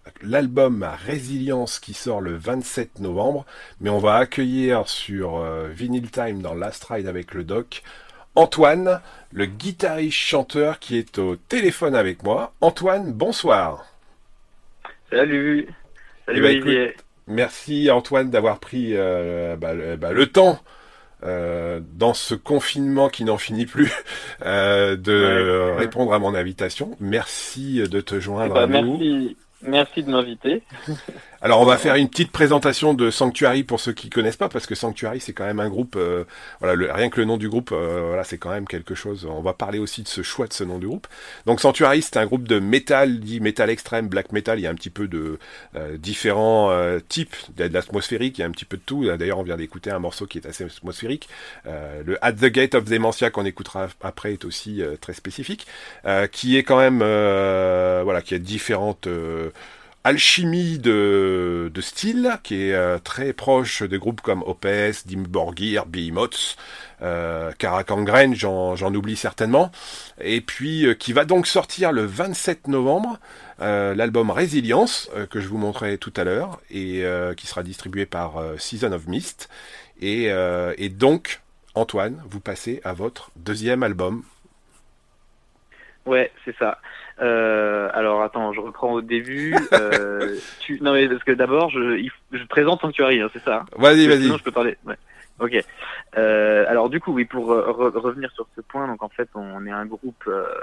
l'album Résilience qui sort le 27 novembre. Mais on va accueillir sur Vinyl Time dans Last Ride avec le doc Antoine, le guitariste chanteur qui est au téléphone avec moi. Antoine, bonsoir. Salut, Eh salut ben écoute, Olivier. merci Antoine d'avoir pris le temps dans ce confinement qui n'en finit plus Ouais. de répondre à mon invitation. Merci de te Eh joindre à ben, nous. merci de m'inviter. Alors on va faire Vraiment. une petite présentation de Sanctuary pour ceux qui connaissent pas, parce que Sanctuary c'est quand même un groupe, voilà, rien que le nom du groupe, voilà, c'est quand même quelque chose. On va parler aussi de ce choix de ce nom du groupe. Donc Sanctuary c'est un groupe de métal, dit métal extrême, black metal. Il y a un petit peu de différents types d'atmosphérique, il y a un petit peu de tout. D'ailleurs on vient d'écouter un morceau qui est assez atmosphérique. Le At the Gate of Dementia qu'on écoutera après est aussi très spécifique, qui est quand même, voilà, qui a différentes alchimie de style qui est très proche de groupes comme Opeth, Dimmu Borgir, Behemoth, Karakangren, j'en oublie certainement, et puis qui va donc sortir le 27 novembre, l'album Résilience, que je vous montrerai tout à l'heure, et qui sera distribué par Season of Mist, et donc, Antoine, vous passez à votre deuxième album. Ouais, c'est ça. Alors attends, je reprends au début. Non mais parce que d'abord, je présente Sanctuary, hein, c'est ça. Vas-y, Parce que sinon vas-y. je peux parler. Ouais. Ok. Alors du coup, oui, pour revenir sur ce point, donc en fait, on est un groupe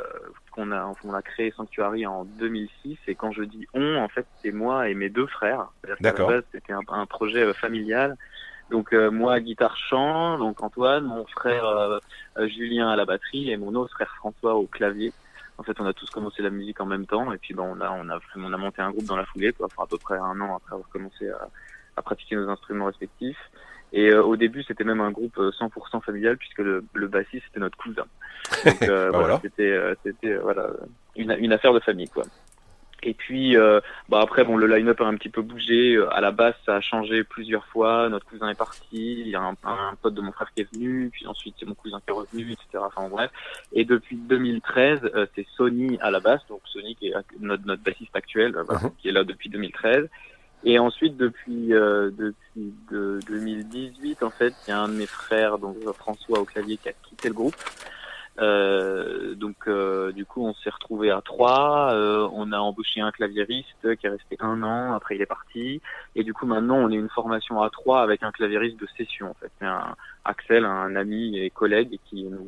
on a créé Sanctuary en 2006, et quand je dis on, en fait, c'est moi et mes deux frères. C'est-à-dire qu'à la D'accord. base, c'était un projet familial. Donc moi guitare chant, donc Antoine, mon frère Julien à la batterie et mon autre frère François au clavier. En fait, on a tous commencé la musique en même temps, et puis bon, on a monté un groupe dans la foulée, quoi, enfin, à peu près un an après avoir commencé à pratiquer nos instruments respectifs. Et au début, c'était même un groupe 100% familial, puisque le bassiste c'était notre cousin. Donc Bah voilà, voilà. c'était voilà une affaire de famille, quoi. Et puis après bon, le line-up a un petit peu bougé. À la basse, ça a changé plusieurs fois. Notre cousin est parti, il y a un pote de mon frère qui est venu, puis ensuite c'est mon cousin qui est revenu, etc. Enfin bref. Et depuis 2013, c'est Sony à la basse, donc Sony qui est notre bassiste actuel, voilà, Mhm. qui est là depuis 2013. Et ensuite depuis 2018, en fait, il y a un de mes frères, donc François au clavier, qui a quitté le groupe. Du coup, on s'est retrouvé à trois. On a embauché un claviériste qui est resté un an. Après, il est parti. Et du coup, maintenant, on est une formation à trois avec un claviériste de session. En fait, c'est Axel, un ami et collègue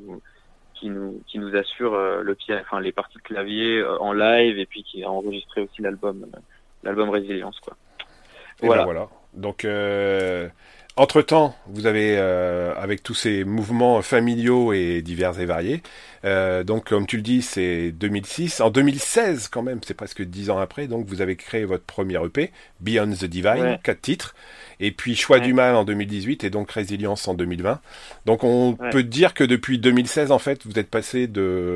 qui nous assure enfin les parties de clavier en live, et puis qui a enregistré aussi l'album Résilience, quoi. Et ben Voilà. voilà. Donc, entre-temps, vous avez, avec tous ces mouvements familiaux et divers et variés, donc comme tu le dis, c'est 2006. En 2016, quand même, c'est presque 10 ans après, donc vous avez créé votre premier EP, Beyond the Divine, Ouais. 4 titres, et puis Choix du Ouais. Mal en 2018, et donc Résilience en 2020. Donc on Ouais. peut dire que depuis 2016, en fait, vous êtes passé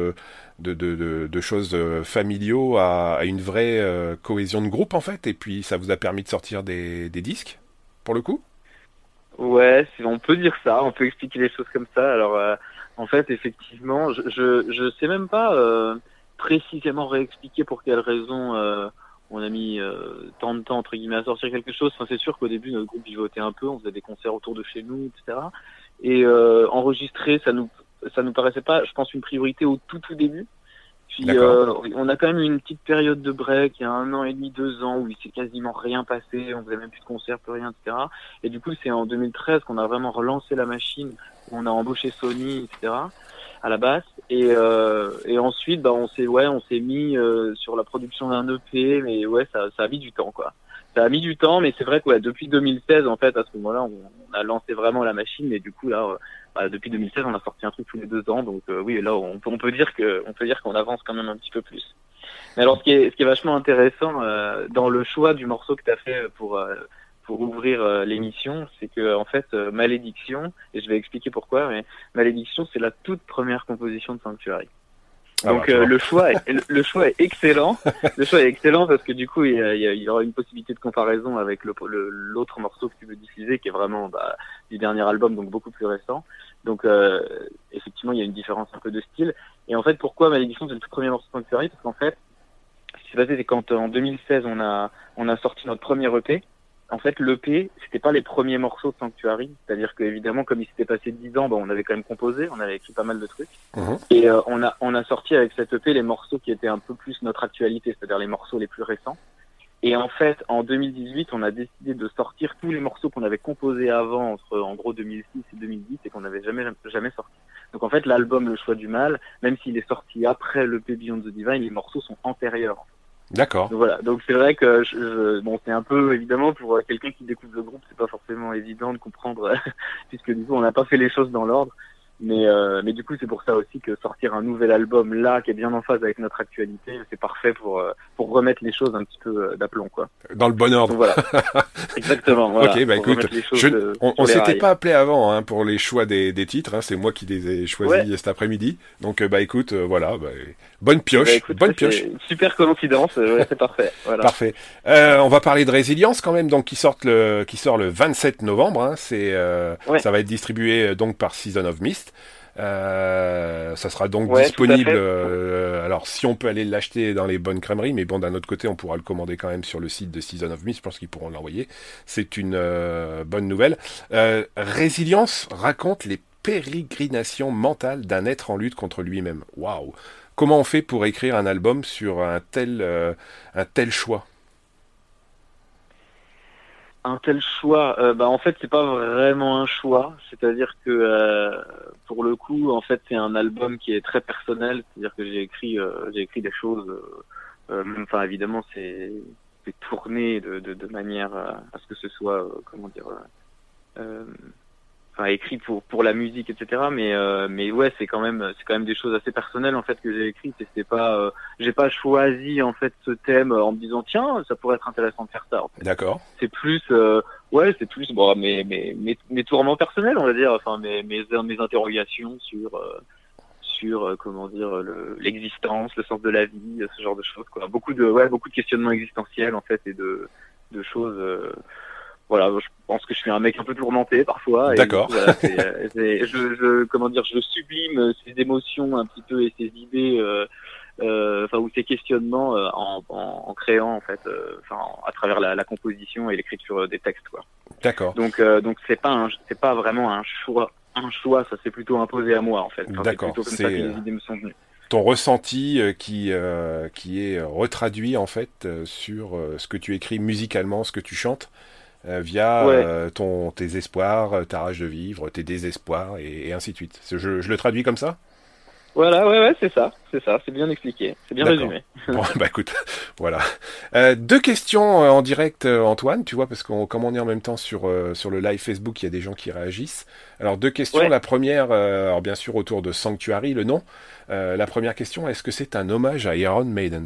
de choses familiaux à une vraie cohésion de groupe, en fait, et puis ça vous a permis de sortir des disques, pour le coup. Ouais, on peut dire ça, on peut expliquer les choses comme ça. Alors, en fait, effectivement, je sais même pas précisément réexpliquer pour quelles raisons on a mis tant de temps entre guillemets à sortir quelque chose. Enfin, c'est sûr qu'au début, notre groupe vivotait un peu, on faisait des concerts autour de chez nous, etc. Et enregistrer, ça nous paraissait pas, je pense, une priorité au tout début. Puis D'accord. on a quand même eu une petite période de break, il y a un an et demi, 2 ans, où il s'est quasiment rien passé, on faisait même plus de concerts, plus rien, etc. Et du coup, c'est en 2013 qu'on a vraiment relancé la machine, où on a embauché Sony, etc. à la basse. Et ensuite, bah, on s'est mis sur la production d'un EP, mais ouais, ça a mis du temps, quoi. Ça a mis du temps, mais c'est vrai que ouais, depuis 2016, en fait, à ce moment-là, on a lancé vraiment la machine, et du coup, là, depuis 2016, on a sorti un truc tous les 2 ans, donc oui, là, on peut dire qu'on avance quand même un petit peu plus. Mais alors, ce qui est vachement intéressant dans le choix du morceau que tu as fait pour ouvrir l'émission, c'est que en fait, Malédiction, et je vais expliquer pourquoi, mais Malédiction, c'est la toute première composition de Sanctuary. Ah bah, Donc tu vois. le choix est excellent. Le choix est excellent parce que du coup il y aura une possibilité de comparaison avec l'autre morceau que tu veux diffuser, qui est vraiment du dernier album, donc beaucoup plus récent. Donc effectivement il y a une différence un peu de style. Et en fait pourquoi Malédiction c'est le tout premier morceau de Sanctuary, parce qu'en fait ce qui s'est passé, c'est quand en 2016 on a sorti notre premier EP. En fait, l'EP, c'était pas les premiers morceaux de Sanctuary, c'est-à-dire que évidemment, comme il s'était passé 10 ans, on avait quand même composé, on avait écrit pas mal de trucs, Mhm. et on a sorti avec cette EP les morceaux qui étaient un peu plus notre actualité, c'est-à-dire les morceaux les plus récents. Et en fait, en 2018, on a décidé de sortir tous les morceaux qu'on avait composés avant, entre en gros 2006 et 2010, et qu'on n'avait jamais sorti. Donc en fait, l'album Le Choix du Mal, même s'il est sorti après l'EP Beyond the Divine, les morceaux sont antérieurs. D'accord. Donc voilà, donc c'est vrai que bon, c'est un peu évidemment pour quelqu'un qui découvre le groupe, c'est pas forcément évident de comprendre puisque du coup on n'a pas fait les choses dans l'ordre. Mais du coup c'est pour ça aussi que sortir un nouvel album là qui est bien en phase avec notre actualité, c'est parfait pour remettre les choses un petit peu d'aplomb quoi. Dans le bon ordre. Donc voilà, exactement. Voilà, Ok, bah pour écoute, remettre les choses on sur les s'était rails. pas appelé avant hein, pour les choix des titres, hein, c'est moi qui les ai choisis Ouais. cet après-midi. Donc bah écoute, voilà, bah, bonne Bah pioche, écoute, bonne ça, c'est pioche. une super coïncidence, ouais, c'est parfait. Voilà. Parfait. On va parler de Résilience quand même, donc qui sort le 27 novembre. Hein, Ouais, ça va être distribué donc par Season of Mist. Ça sera donc ouais, tout à disponible. fait. Alors, si on peut aller l'acheter dans les bonnes crèmeries, mais bon, d'un autre côté, on pourra le commander quand même sur le site de Season of Mist. Je pense qu'ils pourront l'envoyer. C'est une bonne nouvelle. Résilience raconte les pérégrinations mentales d'un être en lutte contre lui-même. Waouh! Comment on fait pour écrire un album sur un tel choix? Un tel choix, en fait c'est pas vraiment un choix, c'est-à-dire que pour le coup en fait c'est un album qui est très personnel, c'est-à-dire que j'ai écrit des choses, enfin évidemment c'est tourné de manière à ce que ce soit comment dire euh, enfin écrit pour la musique etc mais ouais c'est quand même des choses assez personnelles en fait que j'ai écrites et c'est pas j'ai pas choisi en fait ce thème en me disant tiens ça pourrait être intéressant de faire ça en fait. D'accord. C'est plus ouais c'est plus bon mes tourments personnels on va dire enfin mes interrogations sur comment dire l'existence le sens de la vie ce genre de choses quoi beaucoup de questionnements existentiels en fait et de choses voilà, je pense que je suis un mec un peu tourmenté parfois et du coup D'accord. voilà, comment dire, je sublime ces émotions un petit peu et ces idées, enfin ou ces questionnements en créant en fait, enfin à travers la composition et l'écriture des textes quoi. D'accord. Donc c'est pas vraiment un choix, ça s'est plutôt imposé à moi en fait. Enfin, c'est D'accord. plutôt comme ça que C'est les idées me sont venues. ton ressenti qui est retraduit en fait sur ce que tu écris musicalement, ce que tu chantes, via Ouais. tes espoirs, ta rage de vivre, tes désespoirs et ainsi de suite. Je le traduis comme ça? Voilà, ouais, c'est ça, c'est bien expliqué, c'est bien D'accord. résumé. Bon, bah écoute, voilà. Deux questions en direct, Antoine, tu vois, parce qu'on comme on est en même temps sur le live Facebook, il y a des gens qui réagissent. Alors deux questions. Ouais. La première, alors bien sûr autour de Sanctuary, le nom. La première question, est-ce que c'est un hommage à Iron Maiden?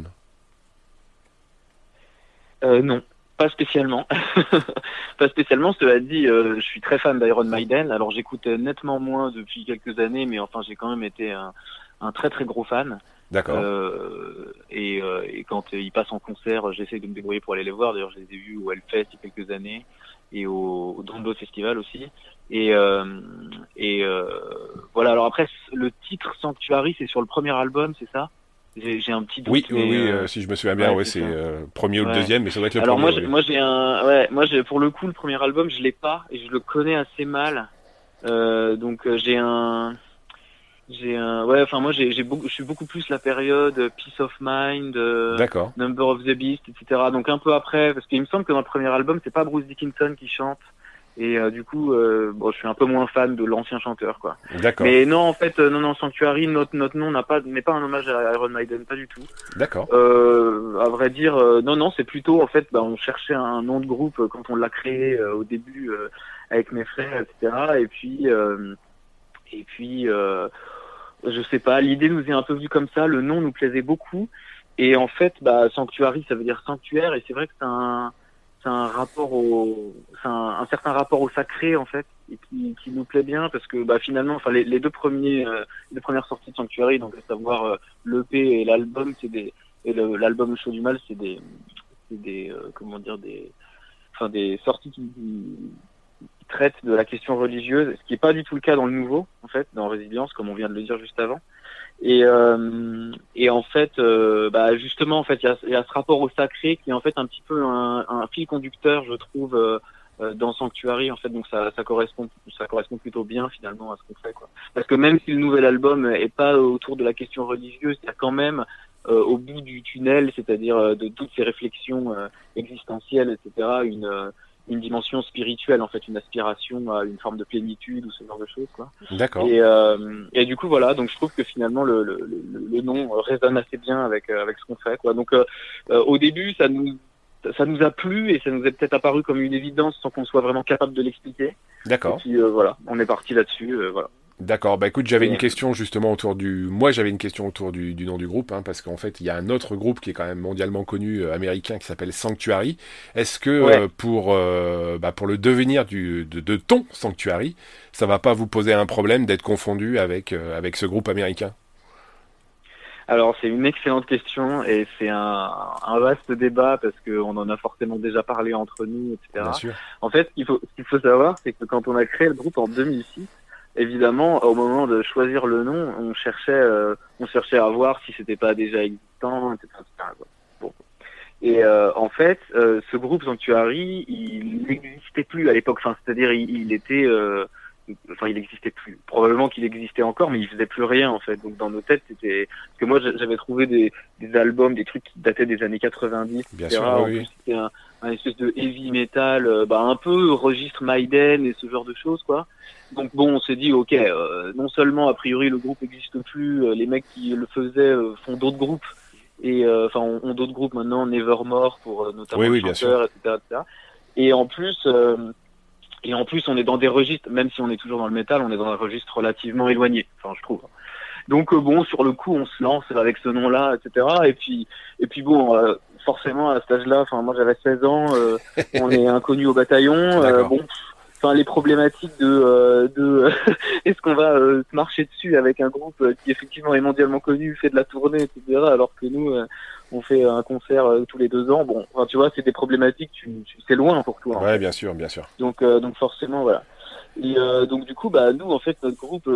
Non, pas spécialement. Pas spécialement, cela dit, je suis très fan d'Iron Maiden. Alors j'écoute nettement moins depuis quelques années, mais enfin j'ai quand même été un très très gros fan. D'accord. Et quand ils passent en concert, j'essaie de me débrouiller pour aller les voir. D'ailleurs, je les ai vus au Hellfest il y a quelques années et au Download Festival aussi. Et, euh, et voilà. Alors après, le titre Sanctuary, c'est sur le premier album, c'est ça? J'ai un petit doute, Oui, oui, mais oui, si je me souviens bien, ouais, ouais, c'est c'est ça. premier ou le Ouais. deuxième, mais ça doit être le Alors premier, moi, oui. pour le coup, le premier album, je l'ai pas et je le connais assez mal. Donc ouais, enfin moi je suis beaucoup plus la période Peace of Mind, D'accord. Number of the Beast, etc. Donc un peu après, parce qu'il me semble que dans le premier album, c'est pas Bruce Dickinson qui chante. Et du coup, bon, je suis un peu moins fan de l'ancien chanteur, quoi. D'accord. Mais non, en fait, non, Sanctuary, notre nom n'est pas un hommage à Iron Maiden, pas du tout. D'accord. À vrai dire, non, c'est plutôt en fait, on cherchait un nom de groupe quand on l'a créé au début avec mes frères, etc. Et puis, je sais pas, l'idée nous est un peu vue comme ça, le nom nous plaisait beaucoup, et en fait, Sanctuary, ça veut dire sanctuaire, et c'est vrai que c'est un rapport c'est un certain rapport au sacré en fait, et qui nous plaît bien parce que finalement, enfin les deux premières sorties de Sanctuary, donc à savoir l'EP et l'album, l'album Le Show du Mal, c'est des comment dire des sorties qui traitent de la question religieuse, ce qui est pas du tout le cas dans le nouveau en fait, dans Résilience, comme on vient de le dire juste avant. Et en fait, justement, en fait, il y a ce rapport au sacré qui est en fait un petit peu un fil conducteur, je trouve, dans Sanctuary, en fait. Donc ça correspond plutôt bien finalement à ce qu'on fait, quoi. Parce que même si le nouvel album est pas autour de la question religieuse, il y a quand même au bout du tunnel, c'est-à-dire de toutes ces réflexions existentielles, etc., une dimension spirituelle, en fait, une aspiration à une forme de plénitude ou ce genre de choses, quoi. D'accord. Et du coup, voilà, donc je trouve que finalement le nom résonne assez bien avec ce qu'on fait, quoi. Donc au début, ça nous a plu et ça nous est peut-être apparu comme une évidence sans qu'on soit vraiment capable de l'expliquer. D'accord. Et puis voilà, on est parti là-dessus, voilà. D'accord, bah écoute, j'avais une question justement moi j'avais une question autour du nom du groupe, hein, parce qu'en fait il y a un autre groupe qui est quand même mondialement connu, américain, qui s'appelle Sanctuary. Est-ce que pour le devenir de ton Sanctuary, ça va pas vous poser un problème d'être confondu avec ce groupe américain? Alors c'est une excellente question et c'est un vaste débat parce qu'on en a forcément déjà parlé entre nous, etc. Bien sûr. En fait, ce qu'il faut savoir, c'est que quand on a créé le groupe en 2006, évidemment, au moment de choisir le nom, on cherchait à voir si c'était pas déjà existant, etc. Quoi. Bon. Et en fait, ce groupe Sanctuary, il n'existait plus à l'époque. Enfin, c'est-à-dire, il existait plus. Probablement qu'il existait encore, mais il faisait plus rien en fait. Donc dans nos têtes, c'était parce que moi j'avais trouvé des albums, des trucs qui dataient des années 90, Bien etc. sûr, En oui. plus, c'était un espèce de heavy metal, un peu registre Maiden et ce genre de choses, quoi. Donc bon, on s'est dit ok, non seulement a priori le groupe n'existe plus, les mecs qui le faisaient font d'autres groupes et ont d'autres groupes maintenant, Nevermore pour notamment le chanteur, etc., etc. Et en plus, on est dans des registres, même si on est toujours dans le métal, on est dans un registre relativement éloigné, enfin, je trouve. Donc bon, sur le coup, on se lance avec ce nom-là, etc. Et puis bon, forcément à cet âge-là, enfin moi j'avais 16 ans, on est inconnu au bataillon. Les problématiques de est-ce qu'on va se marcher dessus avec un groupe qui effectivement est mondialement connu, fait de la tournée, etc. Alors que nous, on fait un concert tous les 2 ans. Bon, enfin, tu vois, c'est des problématiques, c'est loin pour toi. Ouais, bien sûr, bien sûr. Donc forcément, voilà. Et donc du coup, nous, en fait, notre groupe,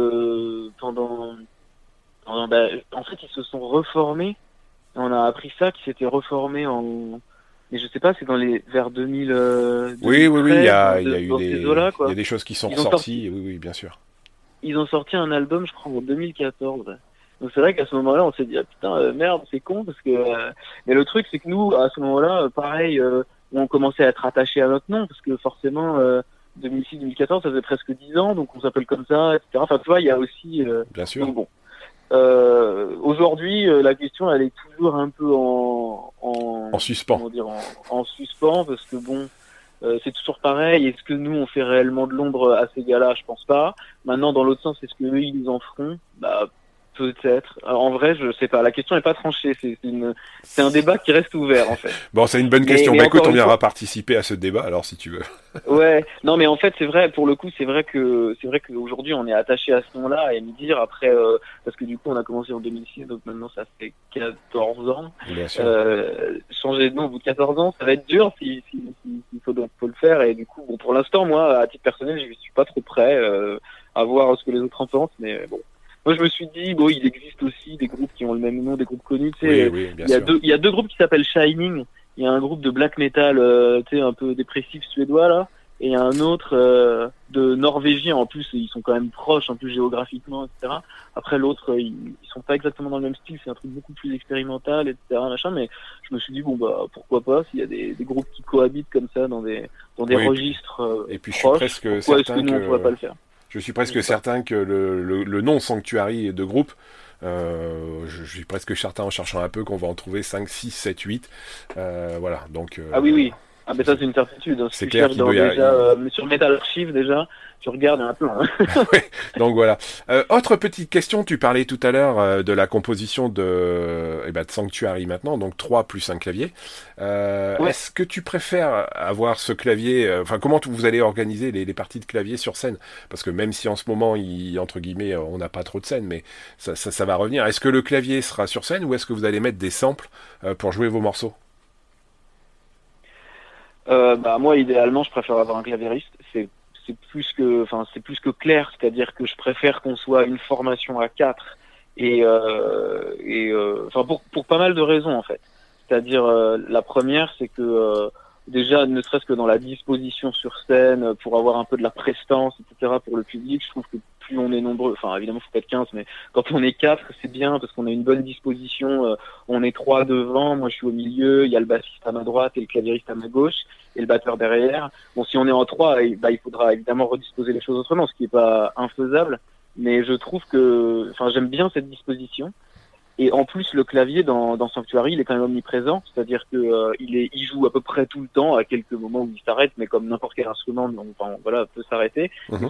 en fait, ils se sont reformés. On a appris ça, qu'ils s'étaient reformés mais je sais pas, c'est vers 2000. Oui, il y a des choses qui sont ressorties. Oui, bien sûr. Ils ont sorti un album, je crois, en 2014. Donc c'est vrai qu'à ce moment-là, on s'est dit putain, merde, c'est con parce que. Mais le truc, c'est que nous, à ce moment-là, pareil, on commençait à être attachés à notre nom parce que forcément, 2006-2014, ça faisait presque 10 ans, donc on s'appelle comme ça, etc. Enfin, tu vois, il y a aussi. Bien sûr. Donc, bon. Aujourd'hui, la question, elle est toujours un peu en suspens. Comment dire, en suspens, parce que bon, c'est toujours pareil. Est-ce que nous, on fait réellement de l'ombre à ces gars-là? Je pense pas. Maintenant, dans l'autre sens, est-ce que eux, ils en feront? Peut-être. Alors, en vrai, je sais pas. La question n'est pas tranchée. C'est un débat qui reste ouvert, en fait. Bon, c'est une bonne question. Mais écoute, on viendra participer à ce débat, alors, si tu veux. Ouais. Non, mais en fait, c'est vrai. Pour le coup, c'est vrai qu'aujourd'hui, on est attaché à ce nom-là et me dire après, parce que du coup, on a commencé en 2006, donc maintenant, ça fait 14 ans. Bien sûr. Changer de nom au bout de 14 ans, ça va être dur s'il faut le faire. Et du coup, bon, pour l'instant, moi, à titre personnel, je suis pas trop prêt à voir ce que les autres en pensent, mais bon. Moi, je me suis dit, bon, il existe aussi des groupes qui ont le même nom, des groupes connus, tu sais. Oui, bien sûr. Il y a deux groupes qui s'appellent Shining. Il y a un groupe de black metal, tu sais, un peu dépressif suédois, là. Et il y a un autre, de norvégien. En plus, ils sont quand même proches, en plus géographiquement, etc. Après, l'autre, ils sont pas exactement dans le même style. C'est un truc beaucoup plus expérimental, etc., machin. Mais je me suis dit, bon, pourquoi pas, s'il y a des groupes qui cohabitent comme ça dans des registres, et puis, proches, je suis presque pourquoi est-ce que nous, on pourrait pas le faire? Je suis presque certain que le nom Sanctuary de groupe, je suis presque certain en cherchant un peu qu'on va en trouver 5, 6, 7, 8. Voilà, donc... Ah oui. Ah mais ça c'est une certitude. C'est clair qu'il doit y avoir... Sur Metal Archive déjà, tu regardes un peu. Hein. Ouais, donc voilà. Autre petite question, tu parlais tout à l'heure de la composition de Sanctuary maintenant, donc 3 plus un clavier. Est-ce que tu préfères avoir ce clavier, comment vous allez organiser les parties de clavier sur scène? Parce que même si en ce moment, entre guillemets, on n'a pas trop de scène, mais ça va revenir. Est-ce que le clavier sera sur scène ou est-ce que vous allez mettre des samples pour jouer vos morceaux? Moi idéalement je préfère avoir un claviériste, c'est plus que clair, c'est-à-dire que je préfère qu'on soit une formation à 4 Enfin pour pas mal de raisons en fait. C'est-à-dire la première, c'est que déjà, ne serait-ce que dans la disposition sur scène, pour avoir un peu de la prestance, etc. pour le public, je trouve que plus on est nombreux, enfin évidemment faut pas être 15, mais quand on est 4, c'est bien parce qu'on a une bonne disposition. On est 3 devant, moi je suis au milieu, il y a le bassiste à ma droite et le claviériste à ma gauche et le batteur derrière. Bon, si on est en 3, il faudra évidemment redisposer les choses autrement, ce qui est pas infaisable. Mais je trouve que, enfin, j'aime bien cette disposition. Et en plus, le clavier dans Sanctuary, il est quand même omniprésent, c'est-à-dire que il joue à peu près tout le temps, à quelques moments où il s'arrête, mais comme n'importe quel instrument, donc, enfin, voilà, peut s'arrêter. Mhm.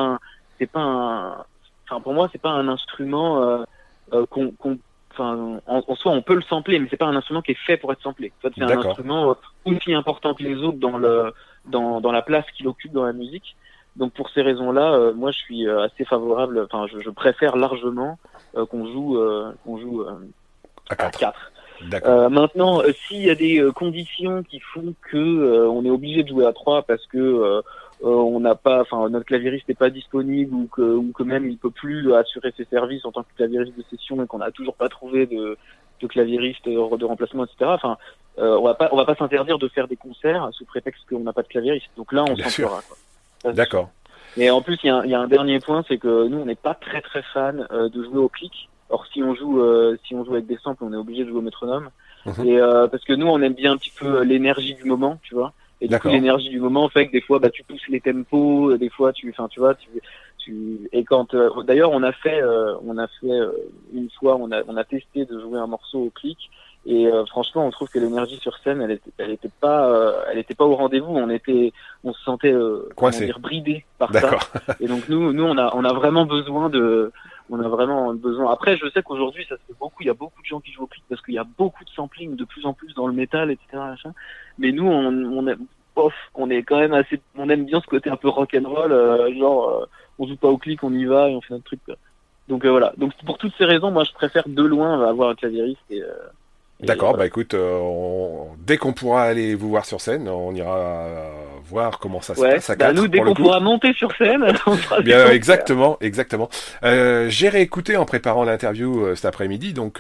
Enfin, pour moi, c'est pas un instrument enfin, en soi, on peut le sampler, mais c'est pas un instrument qui est fait pour être samplé. En fait, c'est un D'accord. instrument aussi important que les autres dans la place qu'il occupe dans la musique. Donc pour ces raisons-là, moi je suis assez favorable. Enfin, je préfère largement qu'on joue À à 4. 4. D'accord. Maintenant, s'il y a des conditions qui font que on est obligé de jouer à 3 parce que on n'a pas, enfin notre claviériste n'est pas disponible ou que même il peut plus assurer ses services en tant que claviériste de session et qu'on n'a toujours pas trouvé de claviériste de remplacement, etc. Enfin, on va pas s'interdire de faire des concerts sous prétexte qu'on n'a pas de claviériste. Donc là, on Bien s'en sûr. fera, quoi. Ça, D'accord. et en plus, il y a un dernier point, c'est que nous, on n'est pas très très fan de jouer au clic. Or, si on joue avec des samples, on est obligé de jouer au métronome. Mhm. Et parce que nous, on aime bien un petit peu l'énergie du moment, tu vois. Et du coup, D'accord. l'énergie du moment fait que des fois, bah, tu pousses les tempos, des fois, tu et quand, d'ailleurs, on a fait une fois, on a testé de jouer un morceau au clic. Et franchement, on trouve que l'énergie sur scène, elle était pas au rendez-vous. On se sentait, comment Coincé. dire, bridé par ça. D'accord. Et donc nous, on a vraiment besoin on a vraiment besoin. Après, je sais qu'aujourd'hui, ça se fait beaucoup. Il y a beaucoup de gens qui jouent au clic parce qu'il y a beaucoup de sampling de plus en plus dans le métal, etc. Machin. Mais nous, on est quand même on aime bien ce côté un peu rock'n'roll, on joue pas au clic, on y va et on fait notre truc, quoi. Donc voilà. Donc pour toutes ces raisons, moi, je préfère de loin avoir un claviériste D'accord, voilà. bah écoute, dès qu'on pourra aller vous voir sur scène, on ira voir comment ça se Ouais, passe à bah 4 nous, dès pour le qu'on coup. pourra monter sur scène, on fera des Bien, concerts. exactement, exactement. J'ai réécouté en préparant l'interview cet après-midi, donc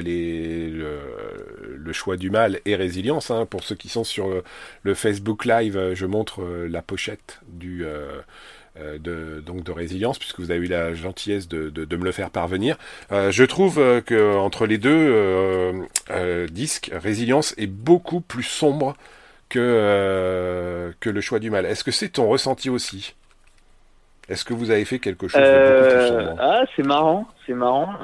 le choix du mal et résilience. Hein, pour ceux qui sont sur le Facebook Live, je montre la pochette donc de résilience, puisque vous avez eu la gentillesse de me le faire parvenir. Je trouve que entre les deux disques, résilience est beaucoup plus sombre que le choix du mal. Est-ce que c'est ton ressenti aussi? Est-ce que vous avez fait quelque chose de beaucoup plus sombre? Ah, c'est marrant, c'est marrant.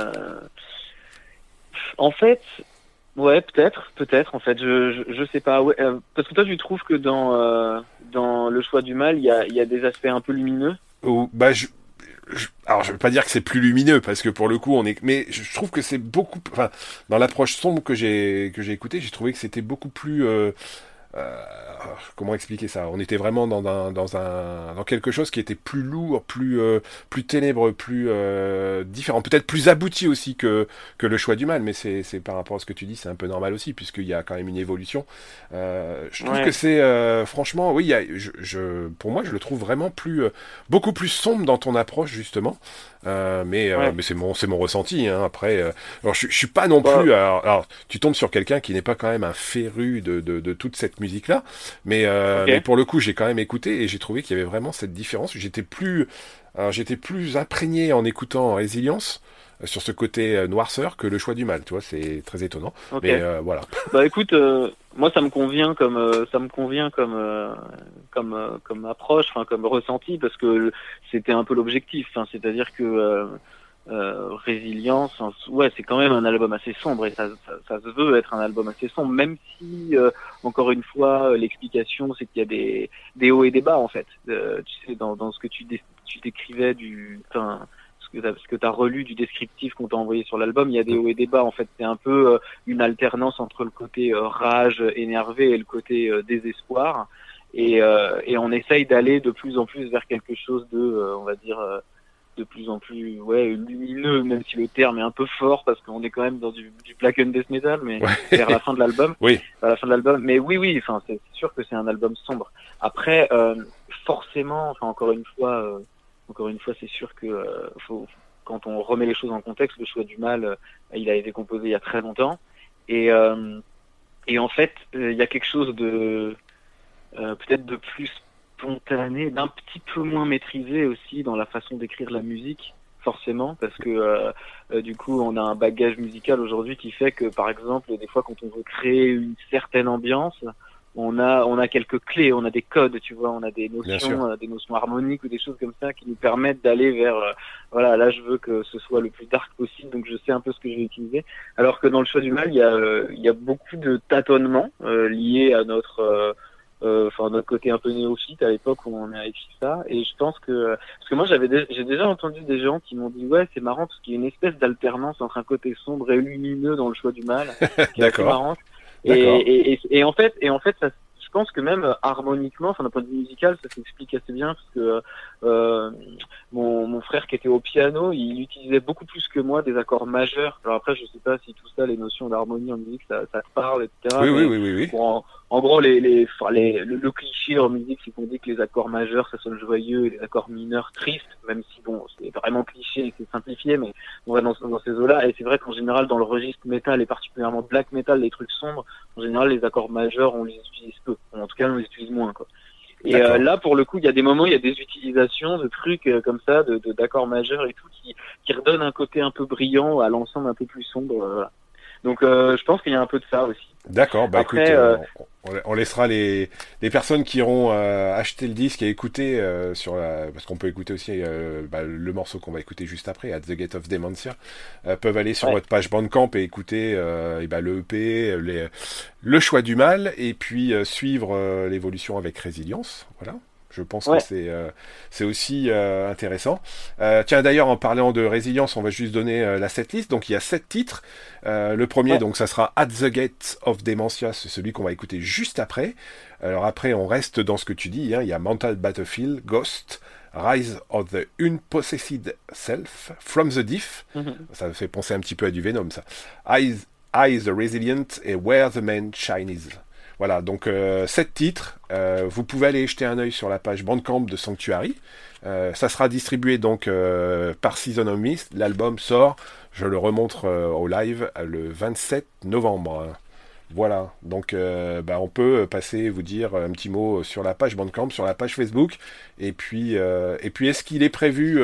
En fait, ouais, peut-être. En fait, je sais pas. Ouais, parce que toi, tu trouves que dans le choix du mal, il y a des aspects un peu lumineux. Ou bah alors je veux pas dire que c'est plus lumineux parce que pour le coup mais je trouve que c'est beaucoup, enfin dans l'approche sombre que j'ai écouté, j'ai trouvé que c'était beaucoup plus euh, comment expliquer ça? On était vraiment dans quelque chose qui était plus lourd, plus ténébreux, plus différent, peut-être plus abouti aussi que le choix du mal. Mais c'est par rapport à ce que tu dis, c'est un peu normal aussi puisqu'il y a quand même une évolution. Je trouve que Ouais. c'est franchement, oui, pour moi, je le trouve vraiment beaucoup plus sombre dans ton approche justement. Ouais. Mais c'est mon ressenti. Hein. Après, alors je suis pas non Bah, plus. Alors, tu tombes sur quelqu'un qui n'est pas quand même un féru de toute cette musique-là, mais ok. pour le coup, j'ai quand même écouté et j'ai trouvé qu'il y avait vraiment cette différence. J'étais plus imprégné en écoutant Résilience sur ce côté noirceur que le choix du mal. Tu vois, c'est très étonnant. Ok. Mais voilà. Bah écoute, moi ça me convient comme approche, enfin comme ressenti, parce que c'était un peu l'objectif. Enfin, c'est-à-dire que Résilience, hein, ouais, c'est quand même un album assez sombre et ça se veut être un album assez sombre, même si encore une fois l'explication c'est qu'il y a des hauts et des bas en fait. Tu sais dans ce que tu décrivais enfin ce que t'as relu du descriptif qu'on t'a envoyé sur l'album, il y a des hauts et des bas en fait. C'est un peu une alternance entre le côté rage, énervé et le côté désespoir. Et on essaye d'aller de plus en plus vers quelque chose on va dire, de plus en plus lumineux, même si le terme est un peu fort parce qu'on est quand même dans du black and death metal, mais vers Ouais. la fin de l'album. Oui. À la fin de l'album. Mais oui, enfin c'est sûr que c'est un album sombre. Après, forcément, enfin encore une fois, c'est sûr que quand on remet les choses en contexte, le choix du mal, il a été composé il y a très longtemps. Et en fait, il y a quelque chose de peut-être de plus spontané, d'un petit peu moins maîtrisé aussi dans la façon d'écrire la musique, forcément, parce que du coup, on a un bagage musical aujourd'hui qui fait que, par exemple, des fois, quand on veut créer une certaine ambiance, on a quelques clés, on a des codes, tu vois, on a des notions harmoniques ou des choses comme ça qui nous permettent d'aller vers, voilà, là, je veux que ce soit le plus dark possible, donc je sais un peu ce que je vais utiliser. Alors que dans le choix du mal, il y a beaucoup de tâtonnements liés à notre côté un peu néophyte à l'époque où on a écrit ça. Et je pense parce que moi j'ai déjà entendu des gens qui m'ont dit ouais, c'est marrant parce qu'il y a une espèce d'alternance entre un côté sombre et lumineux dans le choix du mal qui est assez marrante. Et en fait ça, je pense que même harmoniquement, enfin d'un point de vue musical, ça s'explique assez bien parce que mon frère qui était au piano, il utilisait beaucoup plus que moi des accords majeurs. Alors après, je sais pas si tout ça, les notions d'harmonie en musique, ça te parle, etc. Oui. Bon, en gros, le cliché en musique, c'est qu'on dit que les accords majeurs, ça sonne joyeux, et les accords mineurs tristes, même si bon, c'est vraiment cliché et c'est simplifié, mais on va dans ces eaux-là. Et c'est vrai qu'en général, dans le registre métal et particulièrement black metal, les trucs sombres, en général, les accords majeurs, on les utilise peu. En tout cas, on les utilise moins, quoi. Et là, pour le coup, il y a des moments, il y a des utilisations de trucs comme ça, d'accords majeurs et tout, qui redonnent un côté un peu brillant à l'ensemble un peu plus sombre. Voilà. Donc, je pense qu'il y a un peu de ça aussi. D'accord, bah après, écoute, on laissera les personnes qui iront acheter le disque et écouter parce qu'on peut écouter aussi le morceau qu'on va écouter juste après, At the Gate of Dementia, peuvent aller sur votre page Bandcamp et écouter le EP, le choix du mal, et puis suivre l'évolution avec résilience. Voilà. Je pense que c'est aussi intéressant. Tiens, d'ailleurs, en parlant de résilience, on va juste donner la setlist. Donc, il y a 7 titres. Le premier, donc, ça sera At the Gate of Dementia, c'est celui qu'on va écouter juste après. Alors après, on reste dans ce que tu dis. Hein. Il y a Mental Battlefield, Ghost, Rise of the Unpossessed Self, From the Diff. Ça me fait penser un petit peu à du Venom, ça. Eyes the Resilient et Where the Man Shine Is. Voilà, donc 7 titres. Vous pouvez aller jeter un œil sur la page Bandcamp de Sanctuary. Ça sera distribué donc par Season of Mist. L'album sort, je le remontre au live le 27 novembre. Voilà, donc on peut passer, vous dire un petit mot sur la page Bandcamp, sur la page Facebook, et puis est-ce qu'il est prévu,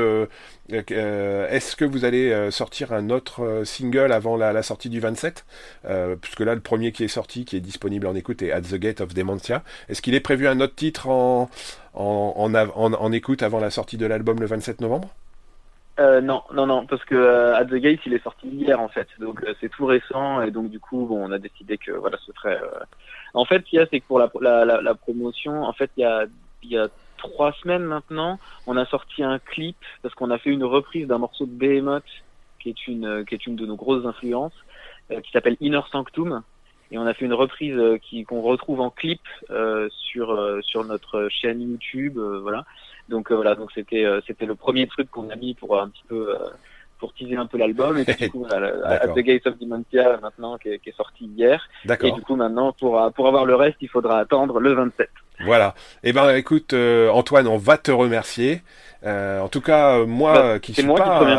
est-ce que vous allez sortir un autre single avant la sortie du 27, puisque là le premier qui est sorti, qui est disponible en écoute, est At the Gate of Dementia. Est-ce qu'il est prévu un autre titre en écoute avant la sortie de l'album le 27 novembre? Non, parce que At the Gate, il est sorti hier en fait, donc c'est tout récent et donc du coup, bon, on a décidé que voilà, ce serait. En fait, ce qu'il y a, c'est que pour la promotion, en fait, il y a 3 semaines maintenant, on a sorti un clip parce qu'on a fait une reprise d'un morceau de Behemoth qui est une de nos grosses influences, qui s'appelle Inner Sanctum. Et on a fait une reprise qu'on retrouve en clip sur notre chaîne YouTube, voilà. Donc donc c'était le premier truc qu'on a mis pour un petit peu pour teaser un peu l'album. Et puis du coup voilà, At the Gates of Dementia maintenant qui est sorti hier. D'accord. Et du coup maintenant pour avoir le reste, il faudra attendre le 27. Voilà. Eh ben, écoute, Antoine, on va te remercier. En tout cas, moi, qui suis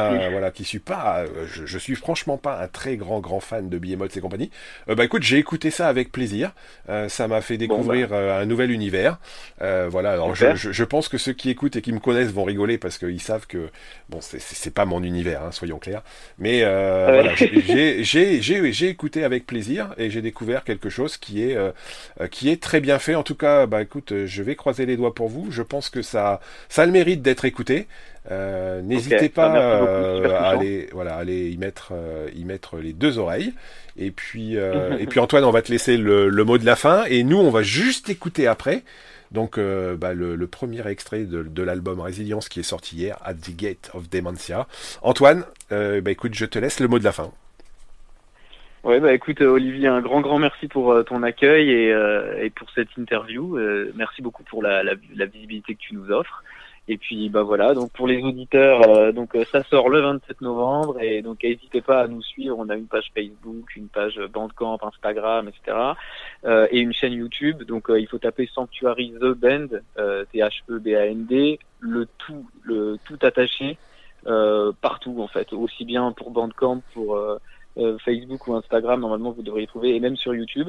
pas, je suis franchement pas un très grand fan de Behemoth et compagnie. Écoute, j'ai écouté ça avec plaisir. Ça m'a fait découvrir un nouvel univers. Voilà. Alors, je pense que ceux qui écoutent et qui me connaissent vont rigoler parce qu'ils savent que bon, c'est pas mon univers, hein, soyons clairs. Mais voilà, j'ai écouté avec plaisir et j'ai découvert quelque chose qui est très bien fait. En tout cas, écoute, je vais croiser les doigts pour vous. Je pense que ça a le mérite d'être écouté. N'hésitez pas à aller y mettre les 2 oreilles. Et puis Antoine, on va te laisser le mot de la fin. Et nous, on va juste écouter après. Donc le premier extrait de l'album Résilience qui est sorti hier, At the Gate of Dementia. Antoine, écoute, je te laisse le mot de la fin. Ouais, écoute, Olivier, un grand merci pour ton accueil et pour cette interview. Merci beaucoup pour la visibilité que tu nous offres. Et puis voilà, donc pour les auditeurs, ça sort le 27 novembre et donc n'hésitez pas à nous suivre. On a une page Facebook, une page Bandcamp, Instagram, etc. Et une chaîne YouTube. Donc il faut taper Sanctuary The Band, THEBAND, le tout attaché. partout en fait, aussi bien pour Bandcamp, pour Facebook ou Instagram, normalement vous devriez trouver, et même sur YouTube.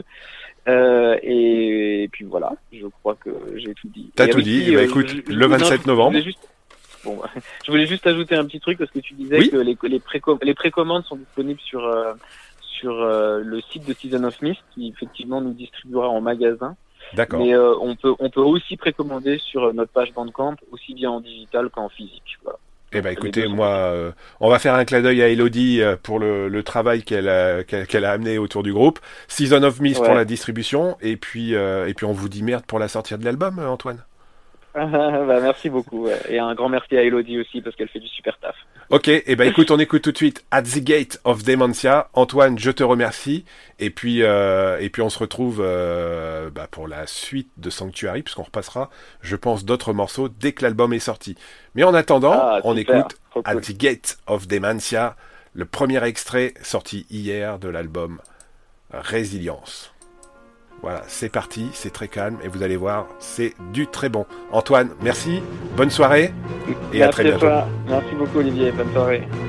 Et puis voilà, je crois que j'ai tout dit. T'as tout dit. Bah, écoute, le 27 novembre. Je voulais juste ajouter un petit truc parce que tu disais que les précommandes sont disponibles sur le site de Season of Mist qui effectivement nous distribuera en magasin. D'accord. Mais on peut aussi précommander sur notre page Bandcamp, aussi bien en digital qu'en physique. Voilà. Eh ben écoutez, moi, on va faire un clin d'œil à Elodie pour le travail qu'elle a amené autour du groupe. Season of Mist pour la distribution, et puis on vous dit merde pour la sortie de l'album, Antoine. Bah, merci beaucoup, ouais. Et un grand merci à Elodie aussi parce qu'elle fait du super taf. Ok, et ben écoute, on écoute tout de suite At the Gate of Dementia. Antoine, je te remercie, et puis on se retrouve pour la suite de Sanctuary, puisqu'on repassera, je pense, d'autres morceaux dès que l'album est sorti. Mais en attendant, on écoute At the Gate of Dementia, le premier extrait sorti hier de l'album Résilience. Voilà, c'est parti, c'est très calme et vous allez voir, c'est du très bon. Antoine, merci, bonne soirée et à très bientôt. Merci beaucoup Olivier, bonne soirée.